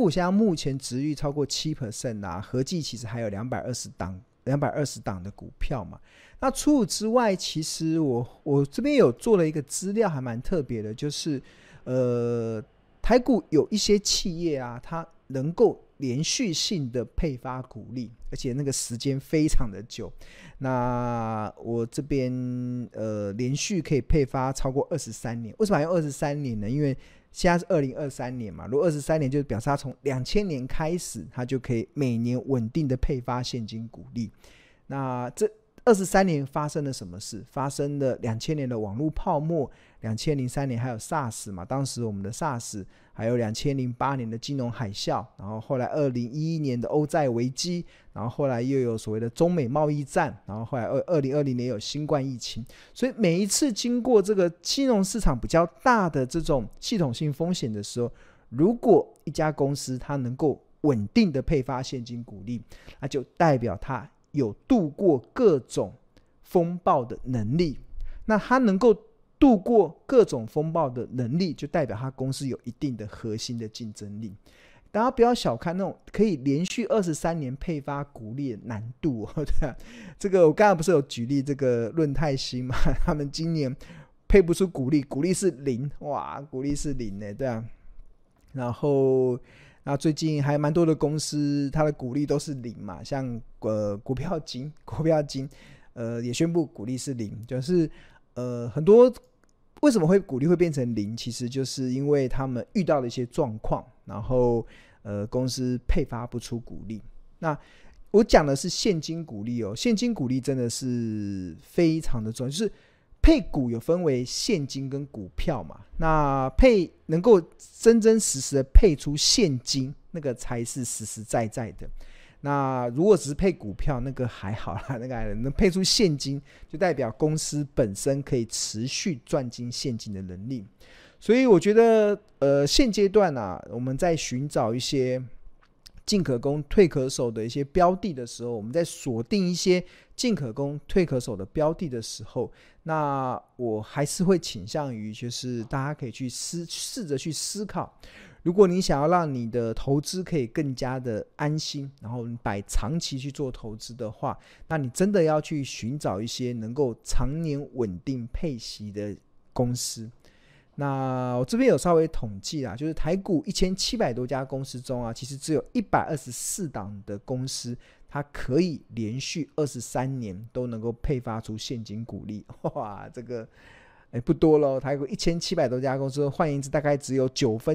股现在目前殖利率超过 7% 啊，合计其实还有220档的股票嘛。那除此之外，其实我这边有做了一个资料还蛮特别的，就是台股有一些企业啊，它能够连续性的配发股利，而且那个时间非常的久。那我这边连续可以配发超过23年。为什么还用23年呢？因为现在是2023年嘛，如果23年就表示它从2000年开始，它就可以每年稳定的配发现金股利。那这23年发生了什么事？发生了2000年的网络泡沫，2003年还有 SARS 嘛，当时我们的 SARS， 还有2008年的金融海啸，然后后来2011年的欧债危机，然后后来又有所谓的中美贸易战，然后后来2020年有新冠疫情。所以每一次经过这个金融市场比较大的这种系统性风险的时候，如果一家公司它能够稳定的配发现金股利，那就代表它有度过各种风暴的能力。那它能够度过各种风暴的能力，就代表它公司有一定的核心的竞争力。大家不要小看那种可以连续23年配发股利的难度哦，对啊，这个我刚才不是有举例这个润泰新嘛，他们今年配不出股利，股利是0，哇，股利是0呢，对啊。然后那最近还蛮多的公司，它的股利都是0嘛，像股票金也宣布股利是0，就是很多为什么会股利会变成0，其实就是因为他们遇到了一些状况，然后公司配发不出股利。那我讲的是现金股利哦，现金股利真的是非常的重要，就是配股有分为现金跟股票嘛，那能够真真实实的配出现金，那个才是实实在在的。那如果只是配股票，那个还好啦，那个还能配出现金，就代表公司本身可以持续赚进现金的能力。所以我觉得现阶段啊，我们在寻找一些进可攻退可守的一些标的的时候，我们在锁定一些进可攻退可守的标的的时候，那我还是会倾向于就是大家可以去试着去思考，如果你想要让你的投资可以更加的安心，然后摆长期去做投资的话，那你真的要去寻找一些能够常年稳定配息的公司。那我这边有稍微统计啦，就是台股1700多家公司中啊，其实只有124档的公司，它可以连续23年都能够配发出现金股利。哇，这个不多咯，台股1700多家公司，换言之大概只有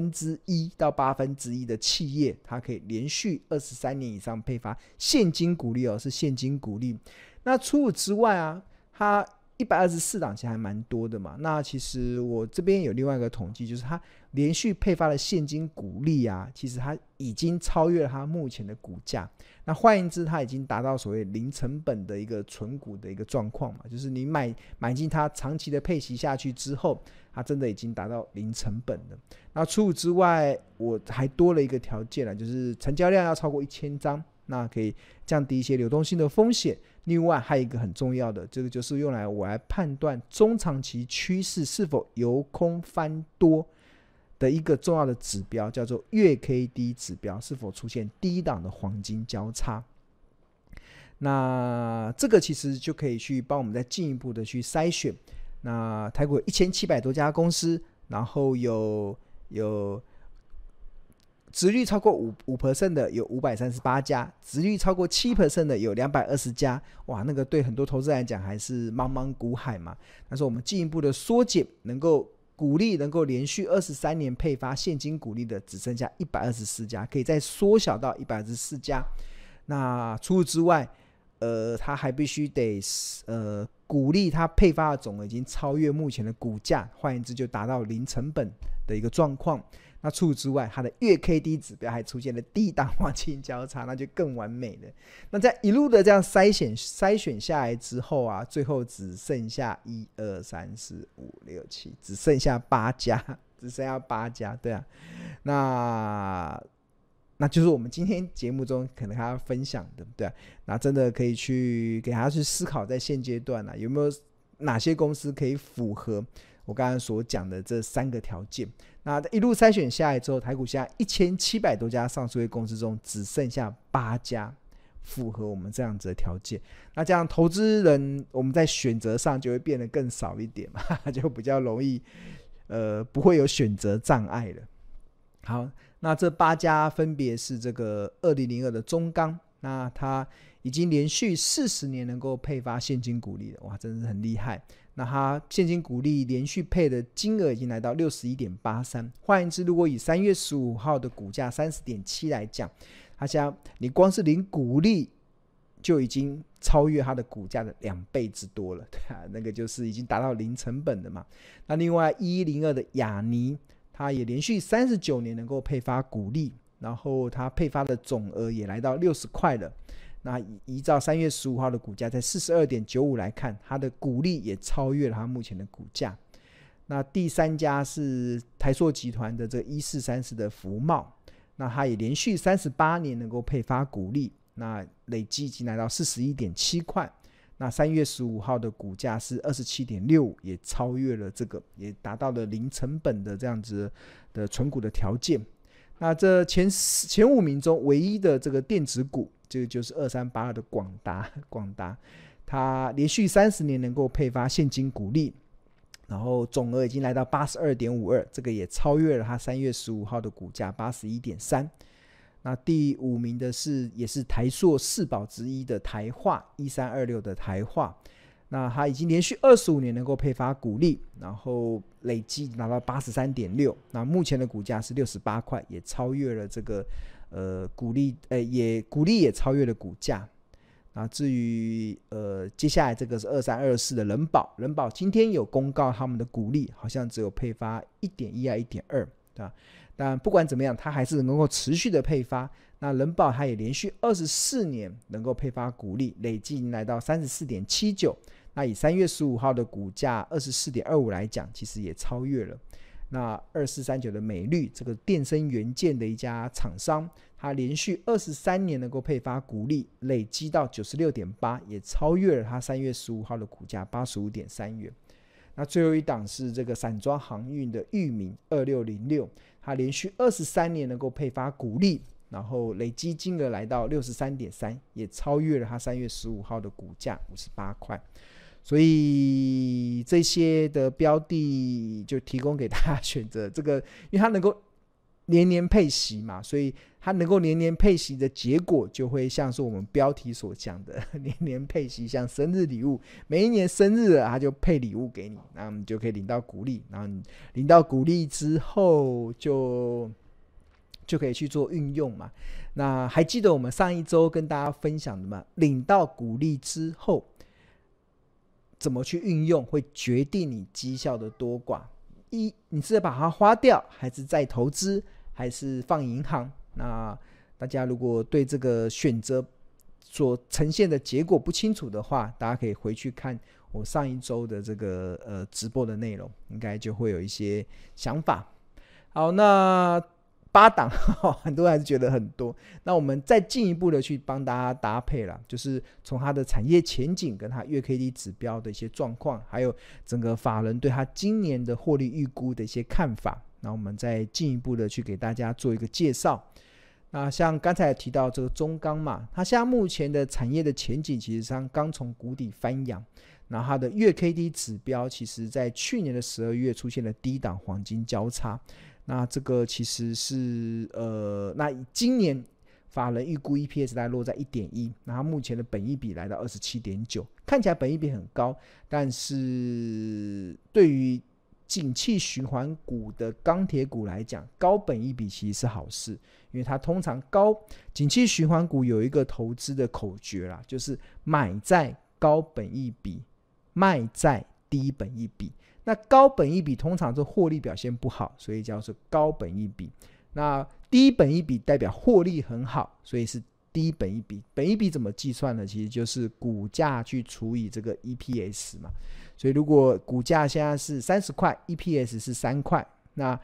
1/9到1/8的企业，它可以连续23年以上配发现金股利哦，是现金股利。那除此之外啊，它124档其实还蛮多的嘛。那其实我这边有另外一个统计，就是它连续配发的现金股利啊，其实它已经超越了它目前的股价。那换言之，它已经达到所谓零成本的一个存股的一个状况嘛，就是你买进它长期的配息下去之后，它真的已经达到零成本了。那除此之外，我还多了一个条件啦，就是成交量要超过1000张，那可以降低一些流动性的风险。另外还有一个很重要的，这个就是用来我来判断中长期趋势是否由空翻多的一个重要的指标，叫做月 K D 指标是否出现低档的黄金交叉。那这个其实就可以去帮我们再进一步的去筛选。那台股有1700多家公司，然后有殖利率超过 5% 的有538家，殖利率超过 7% 的有220家。哇，那个对很多投资人来讲还是茫茫股海嘛。但是我们进一步的缩减，能够股利能够连续23年配发现金股利的只剩下124家，可以再缩小到124家。那除此之外，它还必须得股利它配发的总额已经超越目前的股价，换言之就达到零成本的一个状况。那除此之外，它的月 K D 指标还出现了低档黄金交叉，那就更完美了。那在一路的这样筛选下来之后啊，最后只剩下1、2、3、4、5、6、7，只剩下8家，对啊。那就是我们今天节目中可能还要分享的，对啊。那真的可以去给大家去思考，在现阶段啊，有没有哪些公司可以符合我刚才所讲的这3个条件。 那一路筛选下来之后，台股现在1700多家上市公司中，只剩下8家符合我们这样子的条件。那这样投资人我们在选择上就会变得更少一点嘛，就比较容易不会有选择障碍了。好，那这8家分别是这个2002的中钢，那它已经连续40年能够配发现金股利了，哇，真的是很厉害。那它现金股利连续配的金额已经来到 61.83， 换言之，如果以3月15号的股价 30.7 来讲，它现在你光是领股利就已经超越它的股价的2倍之多了，对啊，那个就是已经达到零成本的嘛。那另外1102的亚泥，它也连续39年能够配发股利，然后它配发的总额也来到60块了。那依照3月15号的股价在 42.95 来看，它的股利也超越了它目前的股价。那第3家是台塑集团的这个1434的福茂，那它也连续38年能够配发股利，那累积已经来到 41.7 块。那3月15号的股价是 27.65， 也超越了这个，也达到了零成本的这样子的存股的条件。那这前5名中唯一的这个电子股，这个就是2382的广达，它连续30年能够配发现金股利，然后总额已经来到 82.52， 这个也超越了它3月15号的股价 81.3。那第5名的是也是台塑4宝之一的台化1326的台化，那它已经连续25年能够配发股利，然后累计拿到 83.6， 那目前的股价是68块，也超越了这个股利也超越了股价。那至于接下来这个是2324的人保今天有公告他们的股利好像只有配发 1.1 啊 1.2， 对吧？但不管怎么样，它还是能够持续的配发。那人保它也连续24年能够配发股利，累计来到 34.79。那以3月15号的股价 24.25 来讲，其实也超越了。那2439的美律，这个电声元件的一家厂商，它连续23年能够配发股利，累积到 96.8， 也超越了它3月15号的股价 85.3 元。那最后一档是这个散装航运的裕民2606，它连续23年能够配发股利，然后累积金额来到 63.3， 也超越了它3月15号的股价58块。所以这些的标的就提供给大家选择，这个因为它能够年年配息嘛，所以它能够年年配息的结果就会像是我们标题所讲的年年配息，像生日礼物，每一年生日了它就配礼物给你，那你就可以领到股利，然后你领到股利之后就可以去做运用嘛。那还记得我们上一周跟大家分享的吗？领到股利之后怎么去运用会决定你绩效的多寡，你是把它花掉，还是再投资，还是放银行？那大家如果对这个选择所呈现的结果不清楚的话，大家可以回去看我上一周的这个直播的内容，应该就会有一些想法。好，那8档很多人还是觉得很多，那我们再进一步的去帮大家搭配啦，就是从它的产业前景跟它月 KD 指标的一些状况，还有整个法人对它今年的获利预估的一些看法，那我们再进一步的去给大家做一个介绍。那像刚才提到这个中钢嘛，它现在目前的产业的前景其实上刚从谷底翻扬，然后它的月 KD 指标其实在去年的12月出现了低档黄金交叉，那这个其实是那今年法人预估 EPS 大概落在 1.1， 那它目前的本益比来到 27.9， 看起来本益比很高，但是对于景气循环股的钢铁股来讲，高本益比其实是好事，因为它通常景气循环股有一个投资的口诀啦，就是买在高本益比，卖在低本益比。那高本益比通常是获利表现不好，所以叫做高本益比。那低本益比代表获利很好，所以是低本益比。本益比怎么计算呢？其实就是股价去除以这个 EPS 嘛。所以如果股价现在是30块， EPS 是3块，那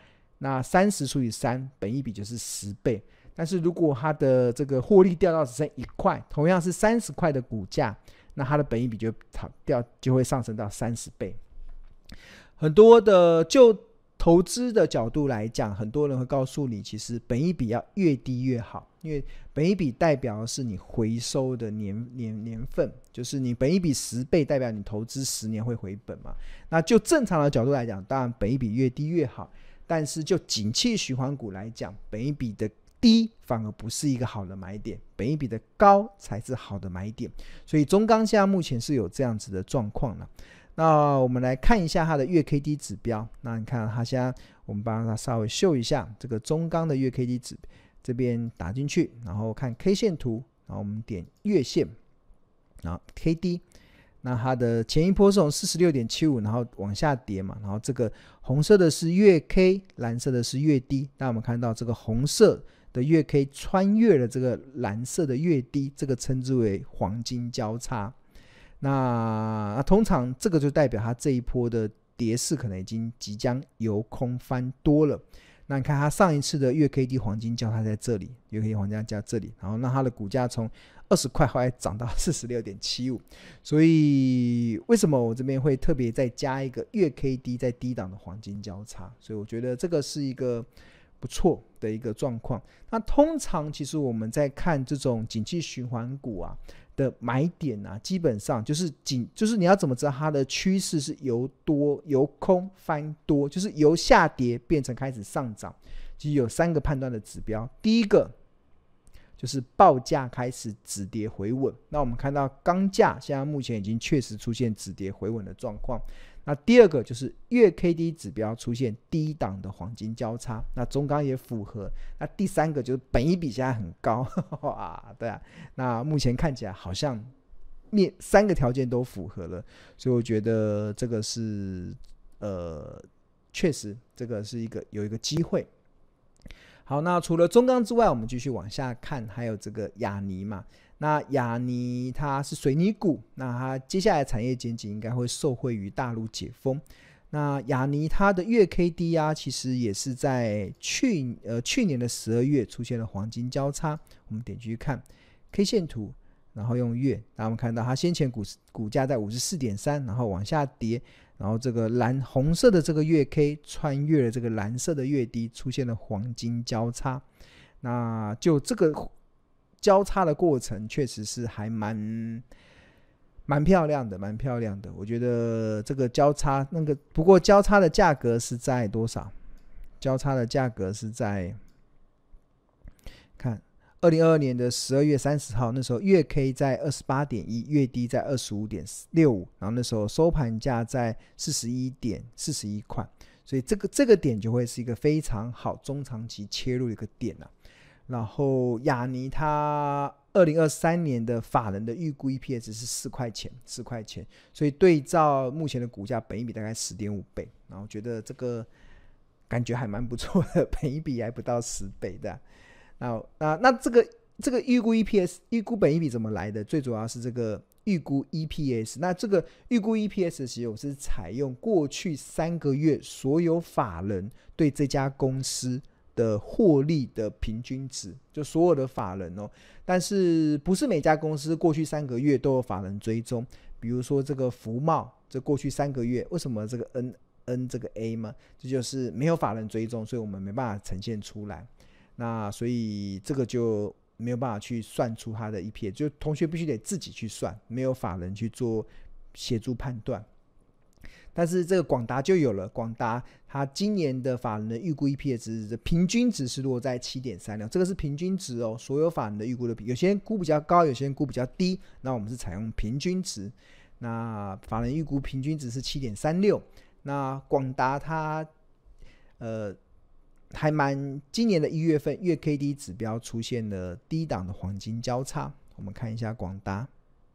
30除以3，本益比就是10倍。但是如果它的这个获利掉到只剩1块，同样是30块的股价，那它的本益比就会上升到30倍。很多的就投资的角度来讲，很多人会告诉你，其实本益比要越低越好，因为本益比代表的是你回收的年份，就是你本益比10倍，代表你投资10年会回本嘛。那就正常的角度来讲，当然本益比越低越好，但是就景气循环股来讲，本益比的低反而不是一个好的买点，本益比的高才是好的买点。所以中钢现在目前是有这样子的状况了。那我们来看一下它的月 K D 指标，那你看它现在我们帮它稍微秀一下这个中钢的月 K D 指标，这边打进去，然后看 K 线图，然后我们点月线，然后 K D， 那它的前一波是从 46.75 然后往下跌嘛，然后这个红色的是月 K， 蓝色的是月 D， 那我们看到这个红色的月 K 穿越了这个蓝色的月 D， 这个称之为黄金交叉。那通常这个就代表它这一波的跌势可能已经即将由空翻多了。那你看它上一次的月 K D 黄金交叉在这里，月 K D 黄金交叉这里，然后让它的股价从20块后来涨到 46.75， 所以为什么我这边会特别再加一个月 K D 在低档的黄金交叉，所以我觉得这个是一个不错的一个状况。那通常其实我们在看这种景气循环股啊的买点啊，基本上就是你要怎么知道它的趋势是由空翻多，就是由下跌变成开始上涨，其实有3个判断的指标。第一个就是报价开始止跌回稳，那我们看到钢价现在目前已经确实出现止跌回稳的状况。那第二个就是月 K D 指标出现低档的黄金交叉，那中钢也符合。那第3个就是本益比现在很高对啊，那目前看起来好像3个条件都符合了，所以我觉得这个是确实这个是有一个机会。好，那除了中钢之外，我们继续往下看，还有这个亚泥嘛。那亚泥它是水泥股，那它接下来产业前景应该会受惠于大陆解封。那亚泥它的月 K D 啊，其实也是在去年的12月出现了黄金交叉。我们点进去看 K 线图，然后用月，那我们看到它先前股价在 54.3， 然后往下跌，然后这个红色的这个月 K 穿越了这个蓝色的月低，出现了黄金交叉。那就这个交叉的过程确实是还蛮漂亮的，我觉得这个交叉不过交叉的价格是在多少？交叉的价格是在看2022年的12月30号，那时候月 K 在 28.1， 月低在 25.65， 然后那时候收盘价在 41块，所以这个点就会是一个非常好中长期切入的一个点啊。然后亚泥它2023年的法人的预估 EPS 是4块钱，所以对照目前的股价本益比大概 10.5 倍，然后觉得这个感觉还蛮不错的，本益比还不到10倍的。那这个预估 EPS 预估本益比怎么来的？最主要是这个预估 EPS。那这个预估 EPS 其实我是采用过去3个月所有法人对这家公司的获利的平均值，就所有的法人哦，但是不是每家公司过去3个月都有法人追踪。比如说这个福茂，这过去3个月为什么这个 N 这个 A 嘛，这就是没有法人追踪，所以我们没办法呈现出来。那所以这个就没有办法去算出它的 EPS， 就同学必须得自己去算，没有法人去做协助判断。但是这个广达就有了，广达它今年的法人的预估 EPS 的平均值是落在 7.36， 这个是平均值哦，所有法人的预估的，有些人估比较高，有些人估比较低，那我们是采用平均值。那法人预估平均值是 7.36， 那广达它今年的1月份月 K D 指标出现了低档的黄金交叉。我们看一下广达，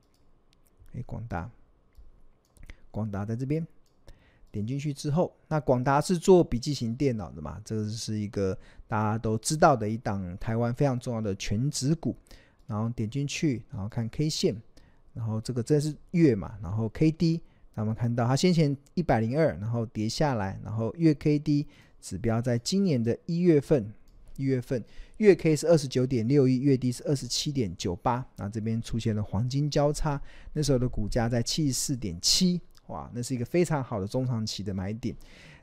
广达在这边点进去之后，那广达是做笔记型电脑的嘛，这个是一个大家都知道的一档台湾非常重要的全指股。然后点进去，然后看 K 线，然后这是月嘛，然后 K D， 那我们看到它先前102，然后跌下来，然后月 K D 指标在今年的1月份月 K 是 29.61， 月低是 27.98， 那这边出现了黄金交叉，那时候的股价在 74.7， 哇，那是一个非常好的中长期的买点。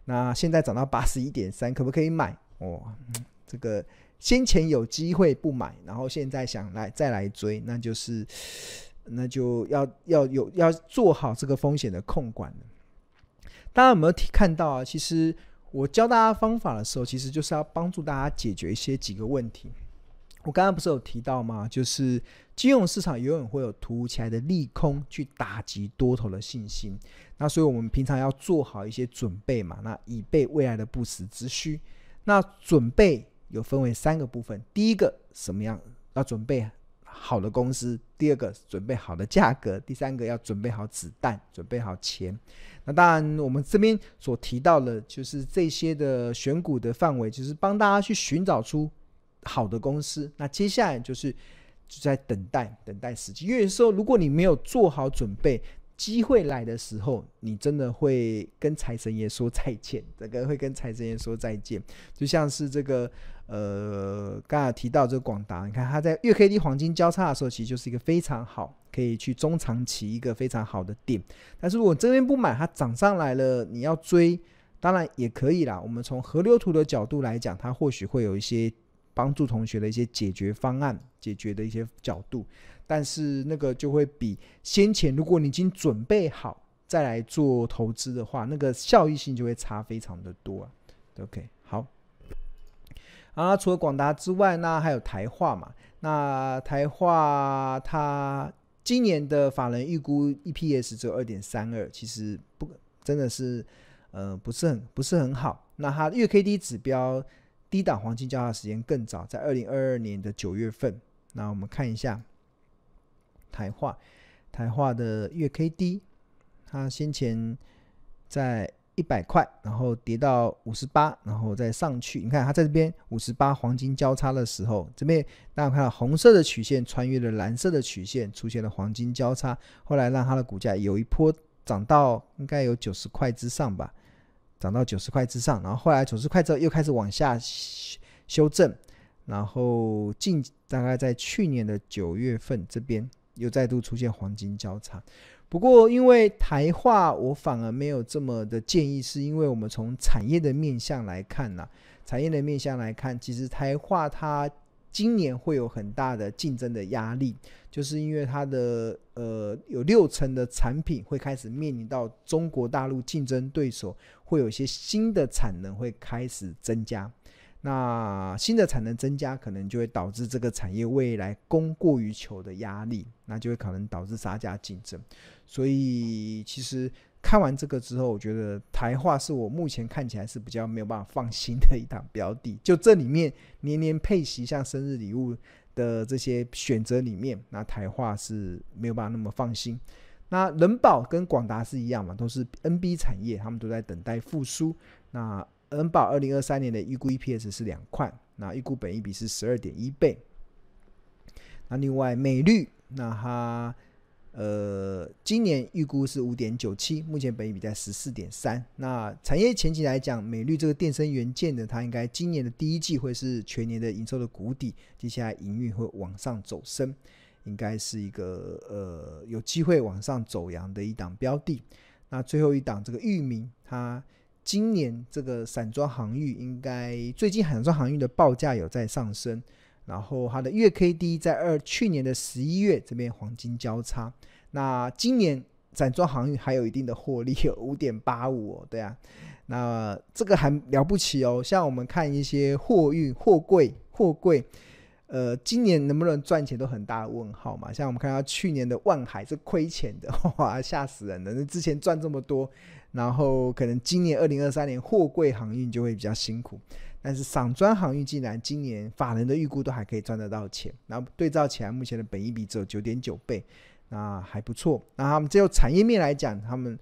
那现在涨到 81.3， 可不可以买？这个先前有机会不买，然后现在想再来追，那就要做好这个风险的控管了。大家有没有看到啊？其实我教大家方法的时候，其实就是要帮助大家解决几个问题。我刚刚不是有提到吗？就是金融市场永远会有突如其来的利空去打击多头的信心，那所以我们平常要做好一些准备嘛，那以备未来的不时之需。那准备有分为3个部分，第一个什么样要准备好的公司，第二个准备好的价格，第三个要准备好子弹，准备好钱。那当然我们这边所提到的就是这些的选股的范围，就是帮大家去寻找出好的公司。那接下来就在等待时机，因为有时候如果你没有做好准备，机会来的时候，你真的会跟财神爷说再见，会跟财神爷说再见。就像是这个刚才提到这个广达，你看它在月 K D 黄金交叉的时候，其实就是一个非常好可以去中长期一个非常好的点。但是如果这边不买，它涨上来了，你要追当然也可以啦。我们从河流图的角度来讲，它或许会有一些帮助同学的一些解决方案，解决的一些角度，但是那个就会比先前如果你已经准备好再来做投资的话，那个效益性就会差非常的多啊。OK， 好。除了广达之外，那还有台化嘛？那台化它今年的法人预估 EPS 只有 2.32， 其实真的是不是很好。那它月 KD 指标低档黄金交叉时间更早，在2022年的9月份。那我们看一下台化的月 KD， 它先前在100块，然后跌到58，然后再上去。你看它在这边58黄金交叉的时候，这边大家看到红色的曲线穿越了蓝色的曲线，出现了黄金交叉，后来让它的股价有一波涨到应该有90块之上吧，涨到90块之上，然后后来90块之后又开始往下修正，然后大概在去年的9月份这边又再度出现黄金交叉。不过因为台化我反而没有这么的建议，是因为我们从产业的面向来看其实台化它今年会有很大的竞争的压力，就是因为它的有60%的产品会开始面临到中国大陆竞争对手，会有一些新的产能会开始增加。那新的产能增加，可能就会导致这个产业未来供过于求的压力，那就会可能导致杀价竞争。所以其实看完这个之后，我觉得台化是我目前看起来是比较没有办法放心的一档标的。就这里面年年配息像生日礼物的这些选择里面，那台化是没有办法那么放心。那人保跟广达是一样嘛，都是 NB 产业，他们都在等待复苏。那人保2023年的预估 EPS 是2块，那预估本益比是 12.1 倍。那另外美律，那它今年预估是 5.97， 目前本益比在 14.3。 那产业前景来讲，美律这个电声元件的，它应该今年的第一季会是全年的营收的谷底，接下来营运会往上走升，应该是一个有机会往上走扬的一档标的。那最后一档这个裕民，它今年这个散装航运应该最近散装航运的报价有在上升，然后它的月 KD 在去年的11月这边黄金交叉，那今年散装航运还有一定的获利，有 5.85 对啊，那这个还了不起哦。像我们看一些货柜今年能不能赚钱都很大的问号嘛。像我们看到去年的万海是亏钱的，哇，吓死人了，之前赚这么多，然后可能今年2023年货柜航运就会比较辛苦，但是散装航运竟然今年法人的预估都还可以赚得到钱，然后对照起来目前的本益比只有 9.9 倍，那还不错。那他们只有产业面来讲，他们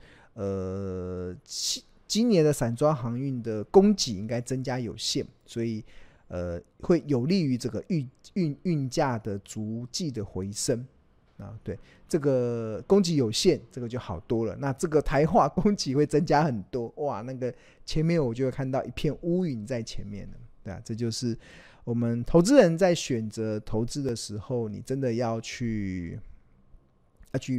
今年的散装航运的供给应该增加有限，所以会有利于这个运价的逐季的回升啊。对，这个供给有限，这个就好多了。那这个台化供给会增加很多，哇，那个前面我就会看到一片乌云在前面了，对啊，这就是我们投资人在选择投资的时候，你真的要去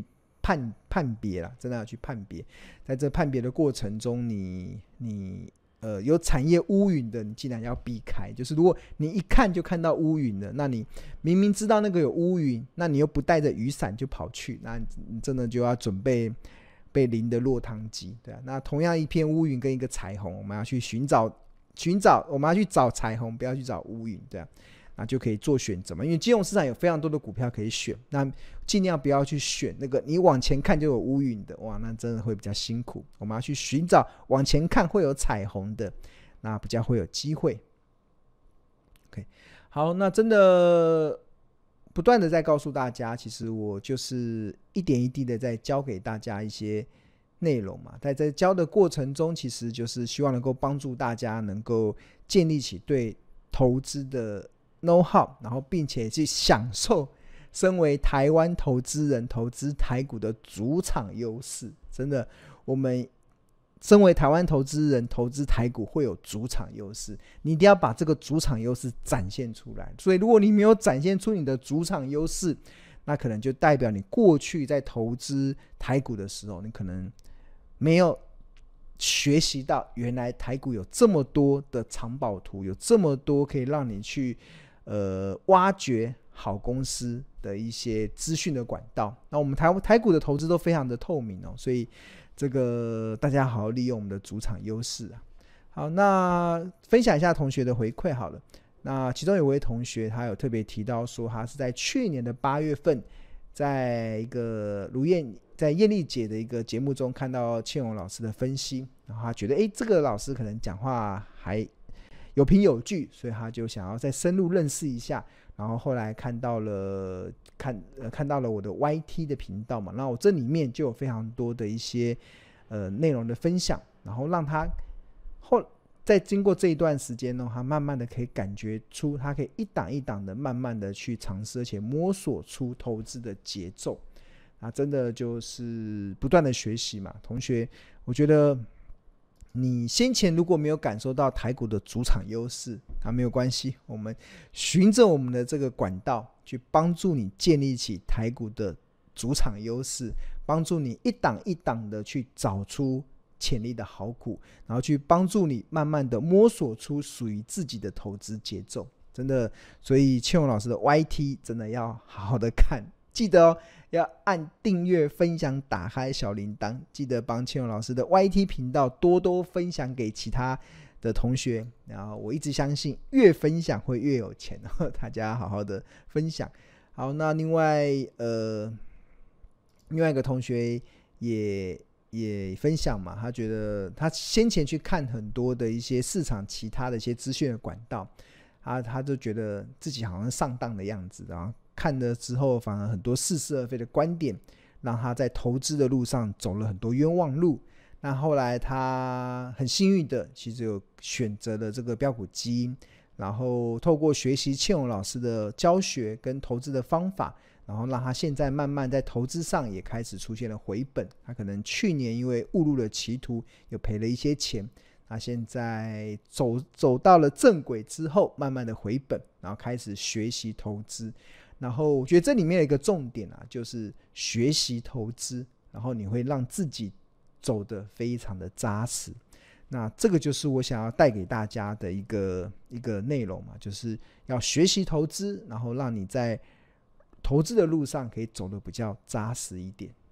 判别啦，真的要去判别。在这判别的过程中，你有产业乌云的，你尽量要避开。就是如果你一看就看到乌云了，那你明明知道那个有乌云，那你又不带着雨伞就跑去，那你真的就要准备被淋的落汤鸡，对啊。那同样一片乌云跟一个彩虹，我们要去寻找，我们要去找彩虹，不要去找乌云，对啊。那就可以做选择嘛，因为金融市场有非常多的股票可以选，那尽量不要去选那个你往前看就有乌云的，哇，那真的会比较辛苦。我们要去寻找往前看会有彩虹的，那比较会有机会。OK， 好，那真的不断的在告诉大家，其实我就是一点一滴的在教给大家一些内容嘛，在教的过程中，其实就是希望能够帮助大家能够建立起对投资的know how， 然后并且去享受身为台湾投资人投资台股的主场优势。真的，我们身为台湾投资人投资台股会有主场优势，你一定要把这个主场优势展现出来。所以如果你没有展现出你的主场优势，那可能就代表你过去在投资台股的时候，你可能没有学习到原来台股有这么多的藏宝图，有这么多可以让你去挖掘好公司的一些资讯的管道。那我们台股的投资都非常的透明哦，所以这个大家好好利用我们的主场优势啊。好，那分享一下同学的回馈好了。那其中有位同学他有特别提到说，他是在去年的8月份，在一个在燕丽姐的一个节目中看到庆荣老师的分析，然后他觉得这个老师可能讲话还有凭有据，所以他就想要再深入认识一下。然后后来看到了我的 YT 的频道嘛，那我这里面就有非常多的一些内容的分享，然后让他在经过这一段时间呢，他慢慢的可以感觉出，他可以一档一档的慢慢的去尝试，而且摸索出投资的节奏。那真的就是不断的学习嘛，同学，我觉得你先前如果没有感受到台股的主场优势，那没有关系，我们循着我们的这个管道去帮助你建立起台股的主场优势，帮助你一档一档的去找出潜力的好股，然后去帮助你慢慢的摸索出属于自己的投资节奏。真的，所以庆荣老师的 YT 真的要好好的看，记得哦，要按订阅、分享、打开小铃铛，记得帮庆荣老师的 YT 频道多多分享给其他的同学。然后我一直相信，越分享会越有钱，大家好好的分享。好，那另外一个同学也分享嘛，他觉得他先前去看很多的一些市场其他的一些资讯的管道，他就觉得自己好像上当的样子，然后看了之后反而很多似是而非的观点，让他在投资的路上走了很多冤枉路。那后来他很幸运的其实有选择了这个标股基因，然后透过学习庆荣老师的教学跟投资的方法，然后让他现在慢慢在投资上也开始出现了回本。他可能去年因为误入了歧途有赔了一些钱，他现在走到了正轨之后慢慢的回本，然后开始学习投资。然后我觉得这里面有一个重点就是学习投资，然后你会让自己走得非常的扎实。那这个就是我想要带给大家的一个内容嘛，就是要学习投资，然后让你在投资的路上可以走得比较扎实一点。